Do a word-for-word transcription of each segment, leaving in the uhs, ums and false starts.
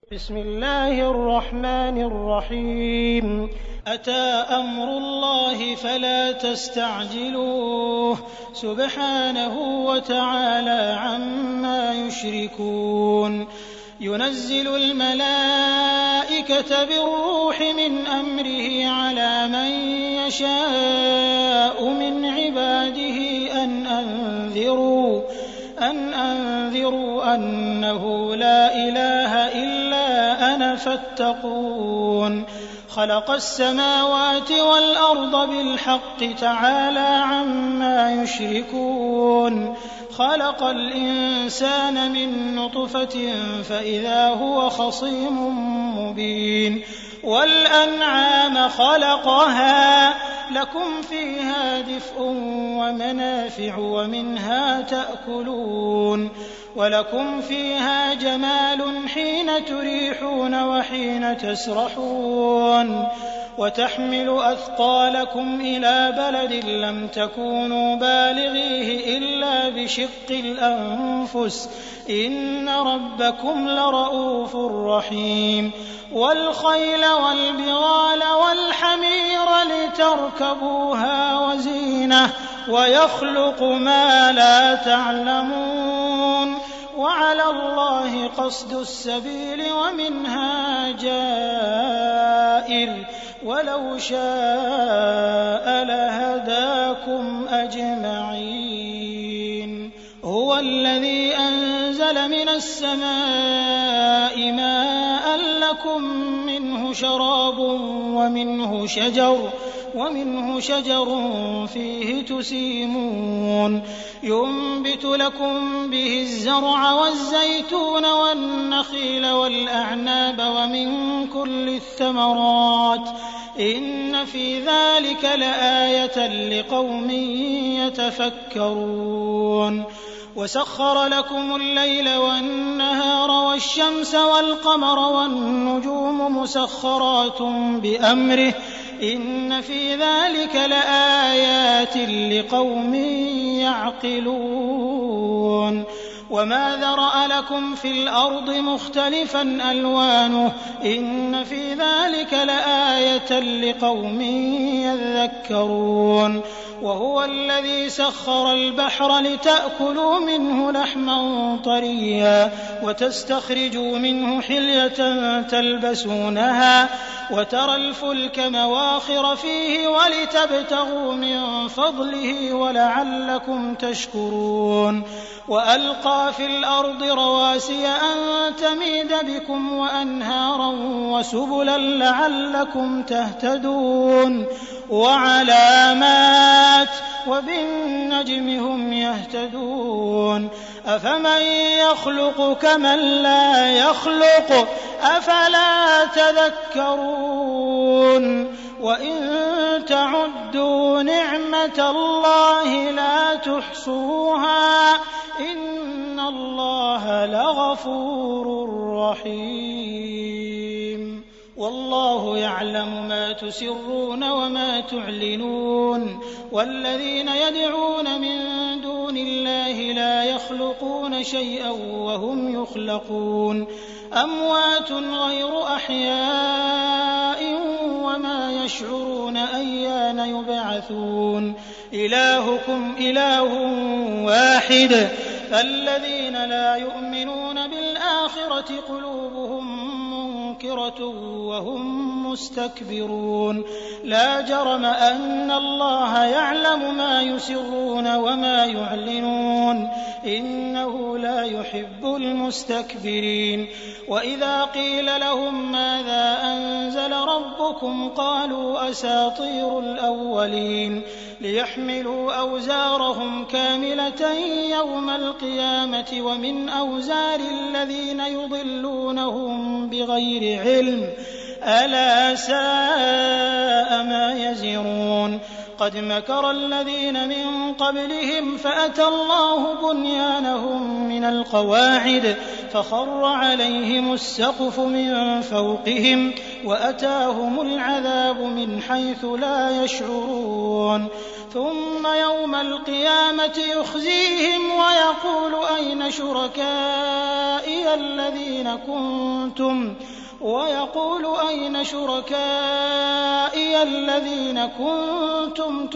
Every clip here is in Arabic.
بسم الله الرحمن الرحيم أتى أمر الله فلا تستعجلوه سبحانه وتعالى عما يشركون ينزل الملائكة بالروح من أمره على من يشاء من عباده أن أنذروا أن أنذروا أنه لا إله إلا أنا فاتقون خلق السماوات والأرض بالحق تعالى عما يشركون خلق الإنسان من نطفة فإذا هو خصيم مبين والأنعام خلقها لكم فيها دفء ومنافع ومنها تأكلون ولكم فيها جمال حين تريحون وحين تسرحون وتحمل أثقالكم إلى بلد لم تكونوا بالغيه إلا بشق الأنفس إن ربكم لرءوف رحيم والخيل والبغال والحمير لتركبوها وزينة ويخلق ما لا تعلمون وعلى الله قصد السبيل ومنها جائر ولو شاء لهداكم أجمعين هو الذي أنزل من السماء ماء لكم منه شراب ومنه شجر ومنه شجر فيه تسيمون ينبت لكم به الزرع والزيتون والنخيل والأعناب ومن كل الثمرات إن في ذلك لآية لقوم يتفكرون وسخر لكم الليل والنهار والشمس والقمر والنجوم مسخرات بأمره إن في ذلك لآيات لقوم يعقلون وما ذرأ لكم في الأرض مختلفا ألوانه إن في ذلك لآية لقوم يذكرون وهو الذي سخر البحر لتأكلوا منه لحما طريا وتستخرجوا منه حلية تلبسونها وترى الفلك مواخر فيه ولتبتغوا من فضله ولعلكم تشكرون وألقى في الأرض رواسي أن تميد بكم وأنهارا وسبلا لعلكم تهتدون وعلامات وبالنجم هم يهتدون أفمن يخلق كمن لا يخلق أفلا تذكرون وإن تعدوا نعمة الله لا تحصوها إن الله لغفور رحيم والله يعلم ما تسرون وما تعلنون والذين يدعون من دون الله لا يخلقون شيئا وهم يخلقون أموات غير أحياء وما يشعرون أيان يبعثون إلهكم إله واحد فالذين لا يؤمنون بالآخرة قلوبهم منكرة وهم مستكبرون لا جرم أن الله يعلم ما يسرون وما يعلنون إنه لا يحب المستكبرين وإذا قيل لهم ماذا أنزل ربكم قالوا أساطير الأولين ليحملوا أوزارهم كاملة يوم القيامة ومن أوزار الذين يضلونهم بغير علم ألا ساء ما يزرون قد مكر الذين من قبلهم فأتى الله بنيانهم من القواعد فخر عليهم السقف من فوقهم وأتاهم العذاب من حيث لا يشعرون ثم يوم القيامة يخزيهم ويقول أين شركائي الذين كنتم ويقول أين شركائي الذين كنتم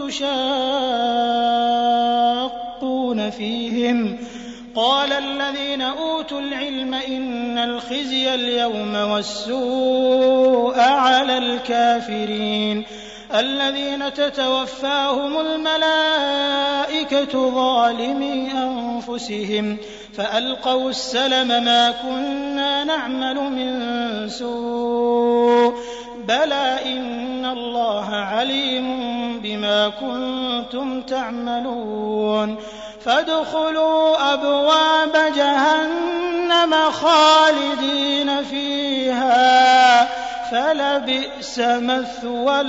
تشاقون فيهم قال الذين أوتوا العلم إن الخزي اليوم والسوء على الكافرين الذين تتوفاهم الملائكة ظالمي أنفسهم فألقوا السلم ما كنا نعمل من سوء بلى إن الله عليم بما كنتم تعملون فادخلوا أبواب جهنم خالدين فيها فلبئس مثوى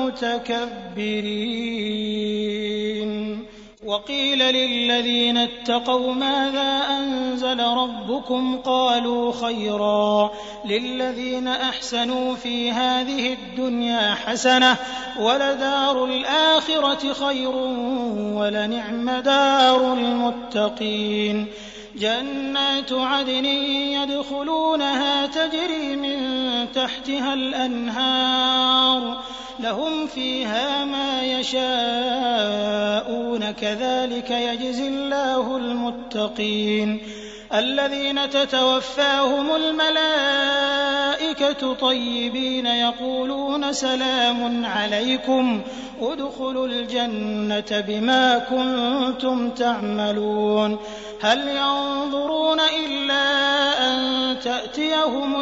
المتكبرين وقيل للذين اتقوا ماذا أنزل ربكم قالوا خيرا للذين أحسنوا في هذه الدنيا حسنة ولدار الآخرة خير ولنعم دار المتقين جنات عدن يدخلونها تجري من تحتها الأنهار لهم فيها ما يشاءون كذلك يجزي الله المتقين الذين تتوفاهم الملائكة طيبين يقولون سلام عليكم ادخلوا الجنة بما كنتم تعملون هل ينظرون إلا أن تأتيهم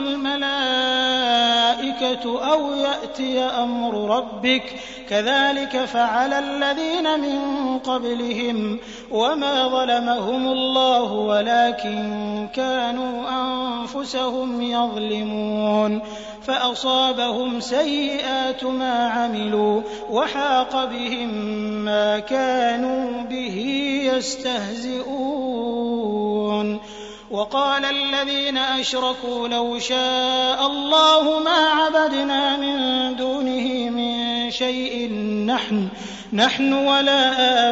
الملائكة أو يأتي أمر ربك كذلك فعل الذين من قبلهم وما ظلمهم الله ولكن كانوا أنفسهم يظلمون فأصابهم سيئات ما عملوا وحاق بهم ما كانوا به يستهزئون وقال الذين أشركوا لو شاء الله ما عبدنا من دونه من شيء نحن نحن ولا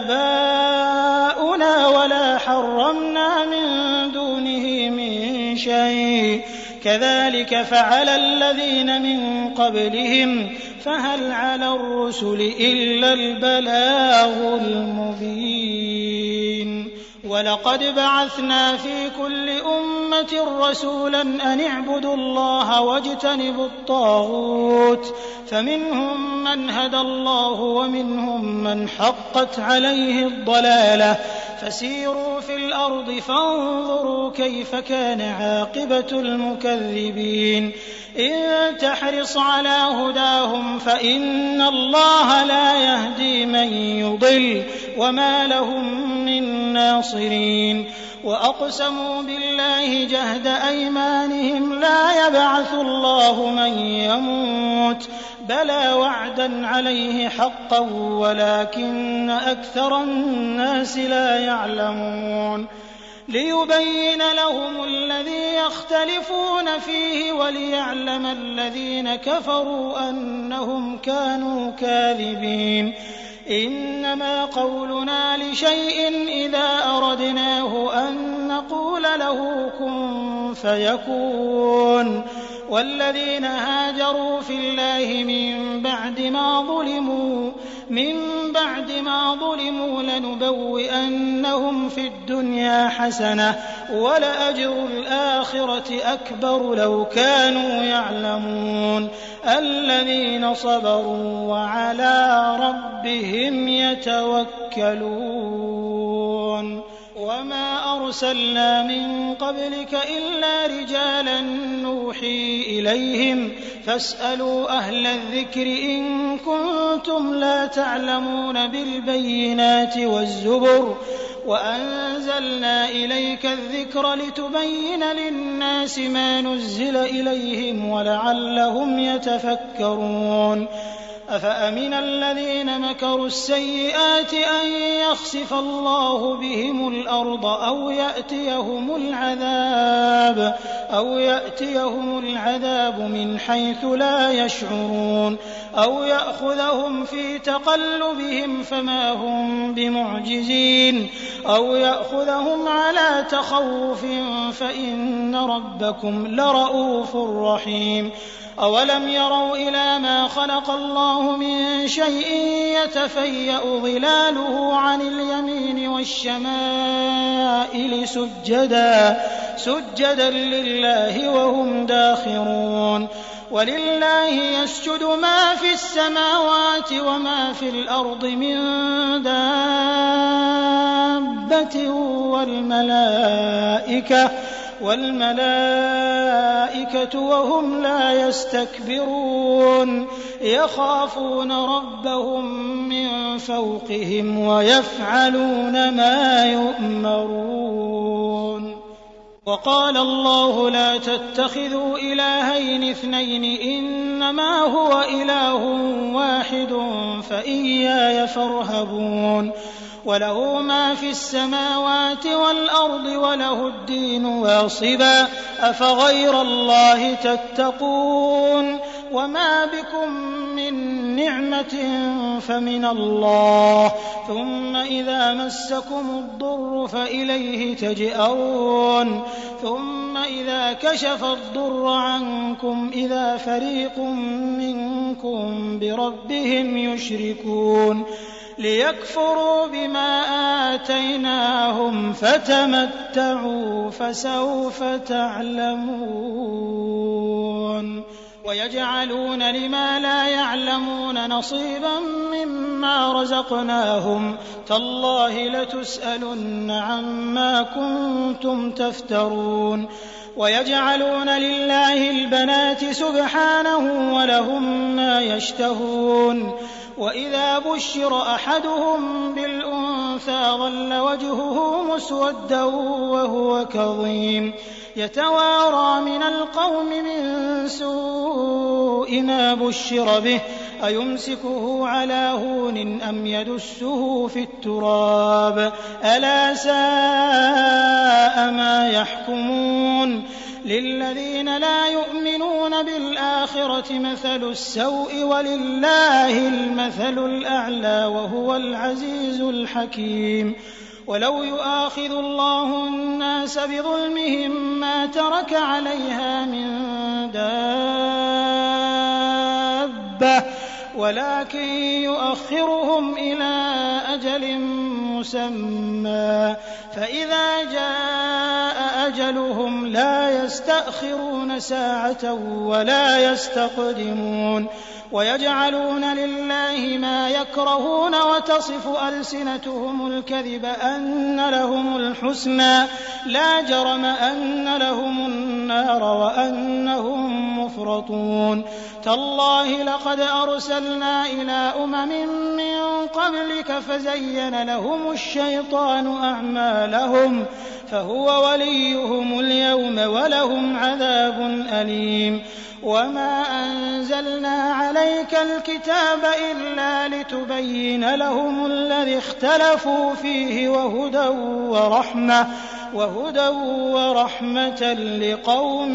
آباؤنا ولا حرمنا من دونه من شيء كذلك فعل الذين من قبلهم فهل على الرسل إلا البلاغ المبين ولقد بعثنا في كل أمة رسولا أن اعبدوا الله واجتنبوا الطاغوت فمنهم من هدى الله ومنهم من حقت عليه الضلالة فسيروا في الأرض فانظروا كيف كان عاقبة المكذبين إن تحرص على هداهم فإن الله لا يهدي من يضل وما لهم من ناصرين وأقسموا بالله جهد أيمانهم لا يبعث الله من يموت بلى وعدا عليه حقا ولكن أكثر الناس لا يعلمون ليبين لهم الذي يختلفون فيه وليعلم الذين كفروا أنهم كانوا كاذبين إنما قولنا لشيء إذا أردناه أن نقول له كن فيكون والذين هاجروا في الله من بعد ما ظلموا من بعد ما ظلموا لنبوئنهم في الدنيا حسنة ولأجر الآخرة أكبر لو كانوا يعلمون الذين صبروا وعلى ربهم يتوكلون وما أرسلنا من قبلك إلا رجالا نوحي إليهم فاسألوا أهل الذكر إن كنتم لا تعلمون بالبينات والزبر وأنزلنا إليك الذكر لتبين للناس ما نزل إليهم ولعلهم يتفكرون أفأمن الذين مكروا السيئات أن يخسف الله بهم الأرض أو يأتيهم العذاب أو يأتيهم العذاب من حيث لا يشعرون أو يأخذهم في تقلبهم فما هم بمعجزين أو يأخذهم على تخوف فإن ربكم لرءوف رحيم أولم يروا إلى ما خلق الله من شيء يتفيأ ظلاله عن اليمين والشمائل سجدا سجدا لله وهم داخرون ولله يسجد ما في السماوات وما في الأرض من دابة والملائكة والملائكة وهم لا يستكبرون يخافون ربهم من فوقهم ويفعلون ما يؤمرون وقال الله لا تتخذوا إلهين اثنين إنما هو إله واحد فإياي فارهبون وله ما في السماوات والأرض وله الدين واصبا أفغير الله تتقون وما بكم من نعمة فمن الله ثم إذا مسكم الضر فإليه تجأرون ثم إذا كشف الضر عنكم إذا فريق منكم بربهم يشركون ليكفروا بما آتيناهم فتمتعوا فسوف تعلمون ويجعلون لما لا يعلمون نصيبا مما رزقناهم تالله لتسألن عما كنتم تفترون ويجعلون لله البنات سبحانه ولهم ما يشتهون وإذا بشر أحدهم بالأنثى ظل وجهه مسودا وهو كظيم يتوارى من القوم من سوء ما بشر به أيمسكه على هون أم يدسه في التراب ألا ساء ما يحكمون للذين لا يؤمنون بالآخرة مثل السوء ولله المثل الأعلى وهو العزيز الحكيم ولو يؤاخذ الله الناس بظلمهم ما ترك عليها من دابة ولكن يؤخرهم إلى أجل مسمى فإذا جاء أجلهم لا يستأخرون ساعة ولا يستقدمون ويجعلون لله ما يكرهون وتصف ألسنتهم الكذب أن لهم الحسنى لا جرم أن لهم النار وأنهم مفرطون تالله لقد أرسلنا إلى أمم من قبلك فزين لهم الشيطان أعمالهم فهو وليهم اليوم ولهم عذاب أليم وما أنزلنا عليك الكتاب إلا لتبين لهم الذي اختلفوا فيه وهدى ورحمة وهدى ورحمة لقوم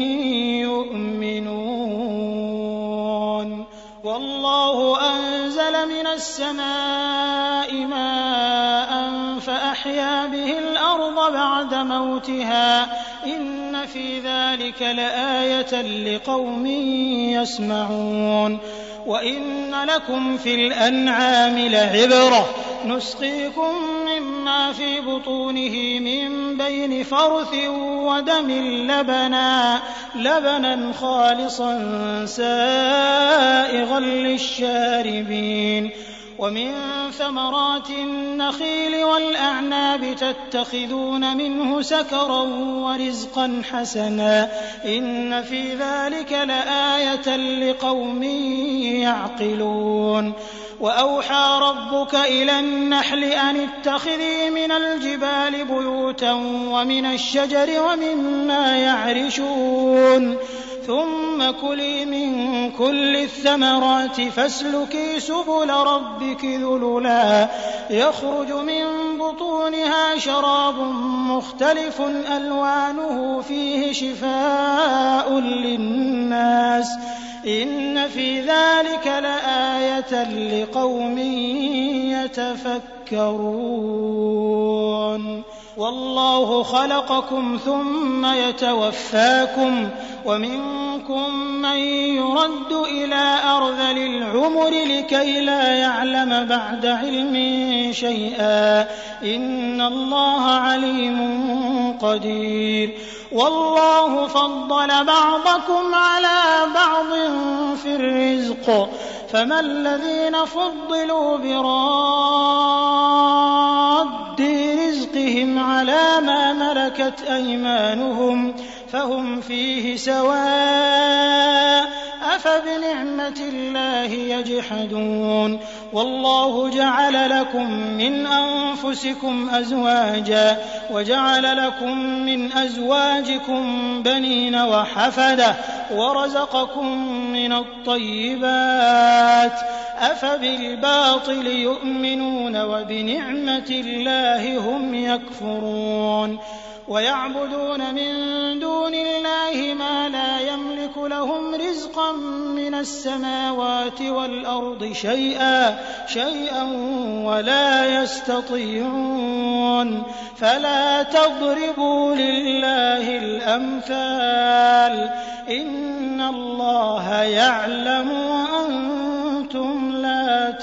يؤمنون والله أنزل من السماء ماء فأحيا به الأرض بعد موتها إن في ذلك لآية لقوم يسمعون وإن لكم في الأنعام لعبرة نسقيكم مما في بطونه من بين فرث ودم لبنا لبنا خالصا سائغا للشاربين ومن ثمرات النخيل والأعناب تتخذون منه سكرا ورزقا حسنا إن في ذلك لآية لقوم يعقلون وأوحى ربك إلى النحل أن اتخذي من الجبال بيوتا ومن الشجر ومما يعرشون ثم كلي من كل الثمرات فاسلكي سبل ربك ذللا يخرج من بطونها شراب مختلف ألوانه فيه شفاء للناس إن في ذلك لآية لقوم يتفكرون والله خلقكم ثم يتوفاكم ومنكم من يرد إلى أرذل العمر لكي لا يعلم بعد علم شيئا إن الله عليم قدير والله فضل بعضكم على بعض في الرزق فما الذين فضلوا براد رزقهم على ما ملكت أيمانهم فهم فيه سواء أفبنعمة الله يجحدون والله جعل لكم من أنفسكم أزواجا وجعل لكم من أزواجكم بنين وحفدة ورزقكم من الطيبات أفبالباطل يؤمنون وبنعمة الله هم يكفرون ويعبدون من دون الله ما لا يملك لهم رزقا من السماوات والأرض شيئا شيئا ولا يستطيعون فلا تضربوا لله الأمثال إن الله يعلم وأنتم لا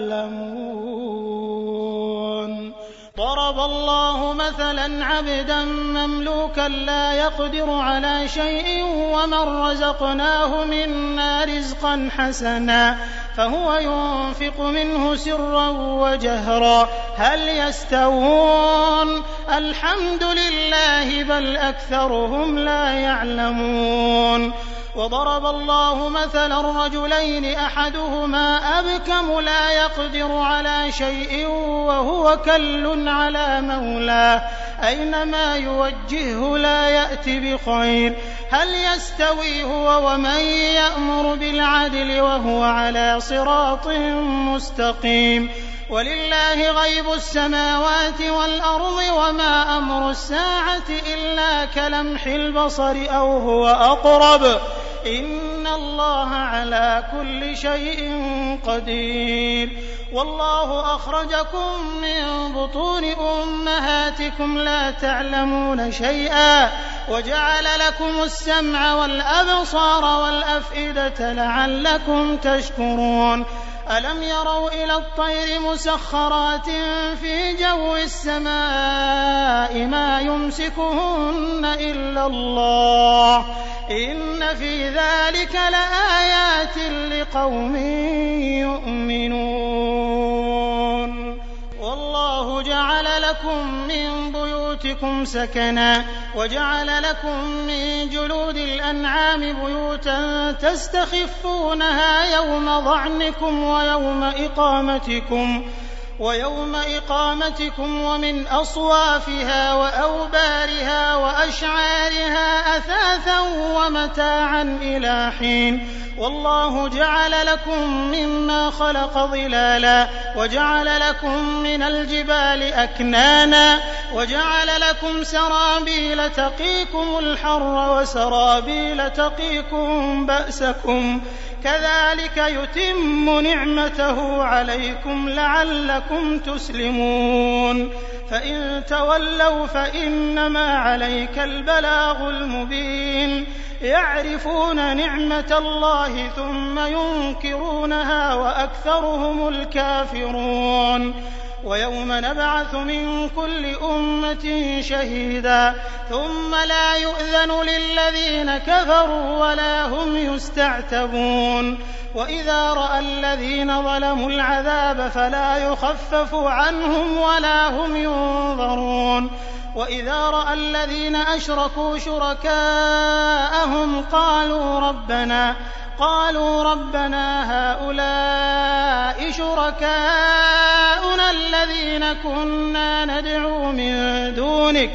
تعلمون ضرب الله مثلا عبدا مملوكا لا يقدر على شيء ومن رزقناه منا رزقا حسنا فهو ينفق منه سرا وجهرا هل يستوون الحمد لله بل أكثرهم لا يعلمون وضرب الله مثلا رجلين أحدهما أبكم لا يقدر على شيء وهو كل على مولاه أينما يوجهه لا يأتي بخير هل يستوي هو ومن يأمر بالعدل وهو على صراط مستقيم ولله غيب السماوات والأرض وما أمر الساعة إلا كلمح البصر أو هو أقرب إن الله على كل شيء قدير والله أخرجكم من بطون أمهاتكم لا تعلمون شيئا وجعل لكم السمع والأبصار والأفئدة لعلكم تشكرون ألم يروا إلى الطير مسخرات في جو السماء ما يمسكهن إلا الله إن في ذلك لآيات لقوم يؤمنون والله جعل لكم من بيوتكم سكنا وجعل لكم من جلود الأنعام بيوتا تستخفونها يوم ظعنكم ويوم إقامتكم ويوم إقامتكم ومن أصوافها وأوبارها وأشعارها أثاثا ومتاعا إلى حين والله جعل لكم مما خلق ظلالا وجعل لكم من الجبال أكنانا وجعل لكم سرابيل تقيكم الحر وسرابيل تقيكم بأسكم كذلك يتم نعمته عليكم لعلكم تسلمون فإن تولوا فإنما عليك البلاغ المبين يعرفون نعمة الله ثم ينكرونها وأكثرهم الكافرون ويوم نبعث من كل أمة شهيدا ثم لا يؤذن للذين كفروا ولا هم يستعتبون وإذا رأى الذين ظلموا العذاب فلا يخفف عنهم ولا هم ينظرون وإذا رأى الذين أشركوا شركاءهم قالوا ربنا قالوا ربنا هؤلاء شركاؤنا الذين كنا ندعو من دونك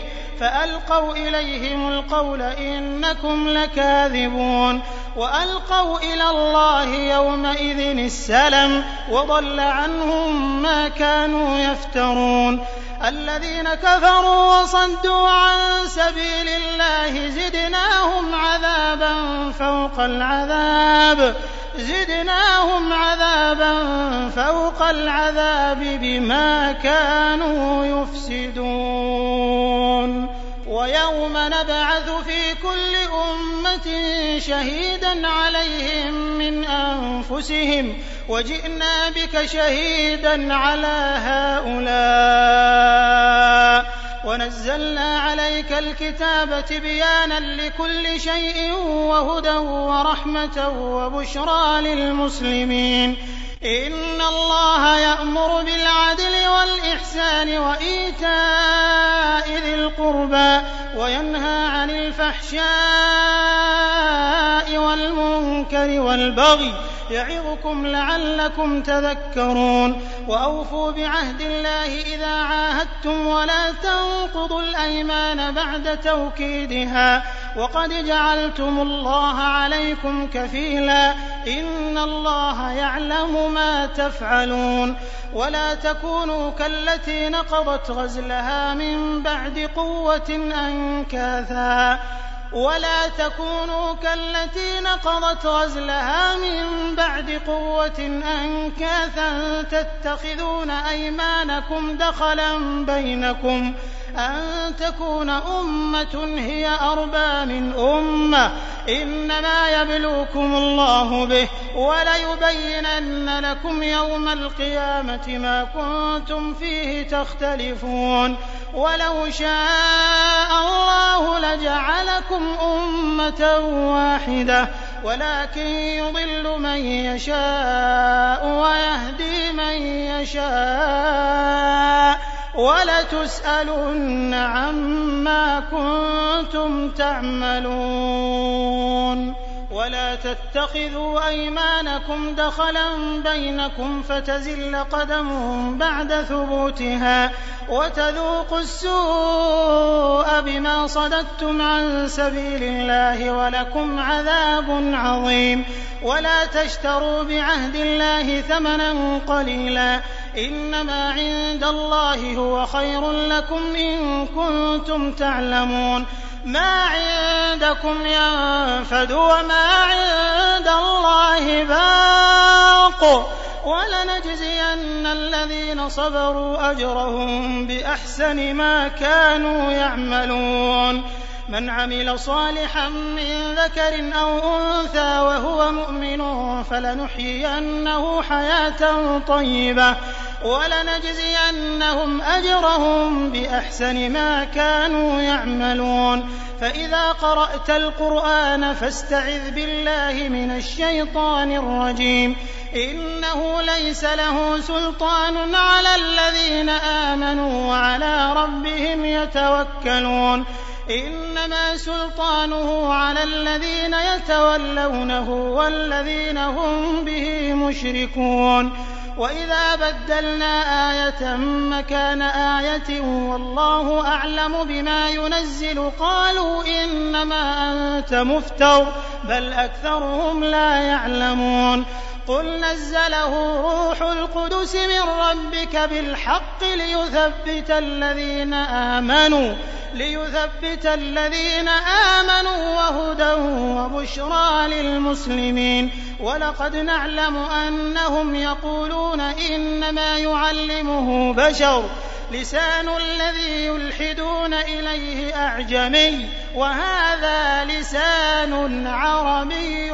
فألقوا إليهم القول إنكم لكاذبون وألقوا إلى الله يومئذ السلم وضل عنهم ما كانوا يفترون الذين كفروا وصدوا عن سبيل الله زدناهم عذابا فوق العذاب زدناهم عذابا فوق العذاب بما كانوا يفسدون ويوم نبعث في كل أمة شهيدا عليهم من أنفسهم وجئنا بك شهيدا على هؤلاء ونزلنا عليك الكتاب تبيانا لكل شيء وهدى ورحمة وبشرى للمسلمين إن الله يأمر بالعدل والإحسان وإيتاء ذي القربى وينهى عن الفحشاء والمنكر والبغي يعظكم لعلكم تذكرون وأوفوا بعهد الله إذا عاهدتم ولا تنقضوا الأيمان بعد توكيدها وقد جعلتم الله عليكم كفيلا إن الله يعلم ما تفعلون ولا تكونوا كالتي نقضت غزلها من بعد قوة أنكاثا ولا تكونوا كالتي نقضت غزلها من بعد قوة أنكاثا تتخذون أيمانكم دخلا بينكم أن تكون أمة هي أربى من أمة إنما يبلوكم الله به وليبينن لكم يوم القيامة ما كنتم فيه تختلفون ولو شاء الله لجعلكم أمة واحدة ولكن يضل من يشاء ويهدي من يشاء ولتسألن عما كنتم تعملون ولا تتخذوا أيمانكم دخلا بينكم فتزل قدم بعد ثبوتها وتذوقوا السوء بما صددتم عن سبيل الله ولكم عذاب عظيم ولا تشتروا بعهد الله ثمنا قليلا إنما عند الله هو خير لكم إن كنتم تعلمون ما عندكم ينفد وما عند الله باق ولنجزين الذين صبروا أجرهم بأحسن ما كانوا يعملون من عمل صالحا من ذكر أو أنثى وهو مؤمن فلنحيينه حياة طيبة ولنجزينهم أجرهم بأحسن ما كانوا يعملون فإذا قرأت القرآن فاستعذ بالله من الشيطان الرجيم إنه ليس له سلطان على الذين آمنوا وعلى ربهم يتوكلون إنما سلطانه على الذين يتولونه والذين هم به مشركون وإذا بدلنا آية مكان آية والله أعلم بما ينزل قالوا إنما أنت مفتر بل أكثرهم لا يعلمون قل نزله روح القدس من ربك بالحق ليثبت الذين آمنوا ليثبت الذين آمنوا وهدى وبشرى للمسلمين ولقد نعلم أنهم يقولون إنما يعلمه بشر لسان الذي يلحدون إليه أعجمي وهذا لسان عربي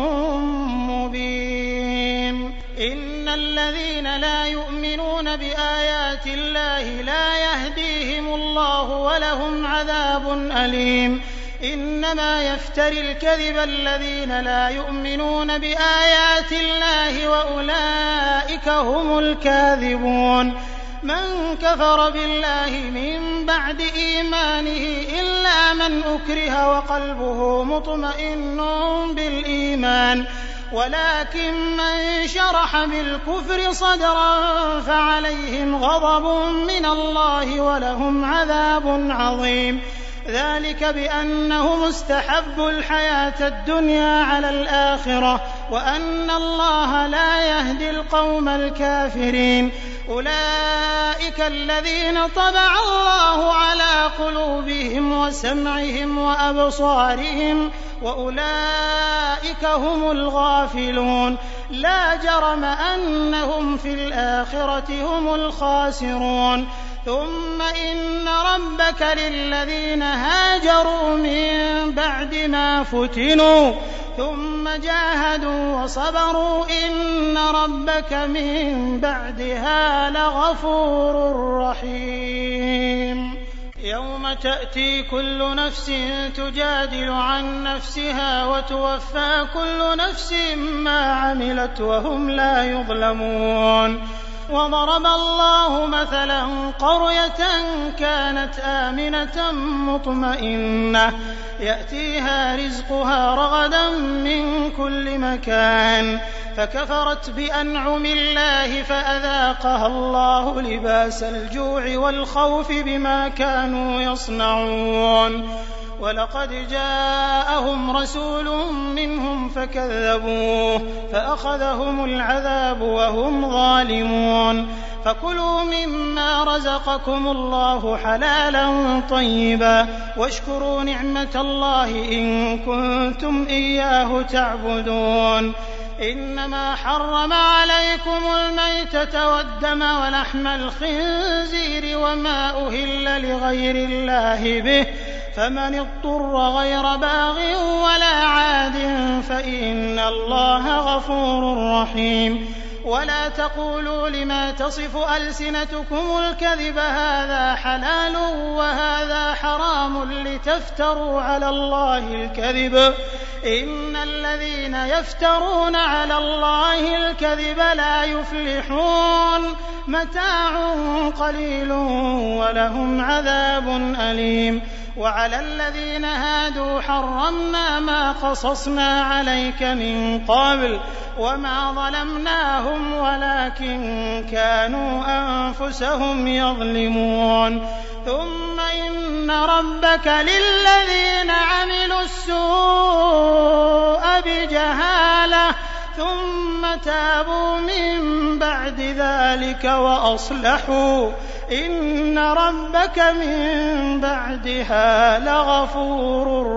مبين إن الذين لا يؤمنون بآيات الله لا يهديهم الله ولهم عذاب أليم إنما يفتري الكذب الذين لا يؤمنون بآيات الله وأولئك هم الكاذبون من كفر بالله من بعد إيمانه إلا من أكره وقلبه مطمئن بالإيمان ولكن من شرح بالكفر صدرا فعليهم غضب من الله ولهم عذاب عظيم ذلك بأنهم استحبوا الحياة الدنيا على الآخرة وأن الله لا يهدي القوم الكافرين. أولئك الذين طبع الله على قلوبهم وسمعهم وأبصارهم وأولئك هم الغافلون. لا جرم أنهم في الآخرة هم الخاسرون. ثم إن ربك للذين هاجروا من بعد ما فتنوا ثم جاهدوا وصبروا إن ربك من بعدها لغفور رحيم. يوم تأتي كل نفس تجادل عن نفسها وتوفى كل نفس ما عملت وهم لا يظلمون. وضرب الله مثلا قرية كانت آمنة مطمئنة يأتيها رزقها رغدا من كل مكان فكفرت بأنعم الله فأذاقها الله لباس الجوع والخوف بما كانوا يصنعون. ولقد جاءهم رسول منهم فكذبوه فأخذهم العذاب وهم ظالمون. فكلوا مما رزقكم الله حلالا طيبا واشكروا نعمة الله إن كنتم إياه تعبدون. إنما حرم عليكم الميتة والدم ولحم الخنزير وما أهل لغير الله به فمن اضطر غير باغ ولا عاد فإن الله غفور رحيم. ولا تقولوا لما تصف ألسنتكم الكذب هذا حلال وهذا حرام لتفتروا على الله الكذب إن الذين يفترون على الله الكذب لا يفلحون. متاع قليل ولهم عذاب أليم. وعلى الذين هادوا حرمنا ما قصصنا عليك من قبل وما ظلمناهم ولكن كانوا أنفسهم يظلمون. ثم إن ربك للذين عملوا السوء بجهالة ثم تابوا من بعد ذلك وأصلحوا إن ربك من بعدها لغفور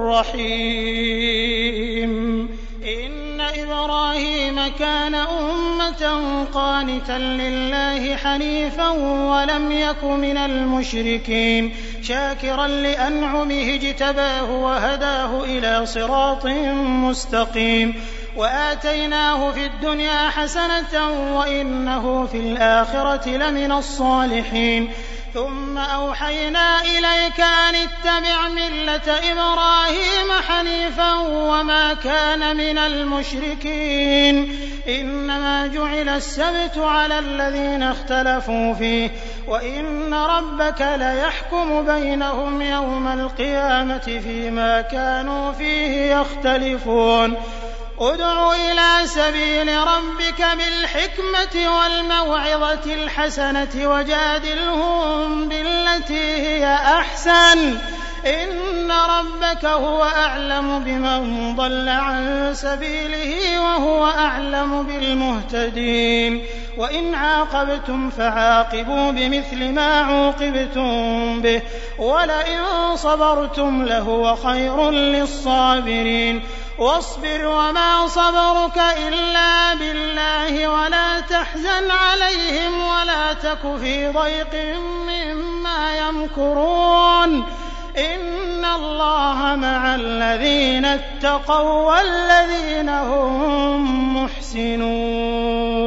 رحيم. إن إبراهيم كان أمة قانتا لله حنيفا ولم يك من المشركين شاكرا لأنعمه اجتباه وهداه إلى صراط مستقيم. وآتيناه في الدنيا حسنة وإنه في الآخرة لمن الصالحين. ثم أوحينا إليك أن اتبع ملة إبراهيم حنيفا وما كان من المشركين. إنما جعل السبت على الذين اختلفوا فيه وإن ربك ليحكم بينهم يوم القيامة فيما كانوا فيه يختلفون. ادع إلى سبيل ربك بالحكمة والموعظة الحسنة وجادلهم بالتي هي أحسن إن ربك هو أعلم بمن ضل عن سبيله وهو أعلم بالمهتدين. وإن عاقبتم فعاقبوا بمثل ما عوقبتم به ولئن صبرتم لهو خير للصابرين. واصبر وما صبرك إلا بالله ولا تحزن عليهم ولا تك في ضيق مما يمكرون. إن الله مع الذين اتقوا والذين هم محسنون.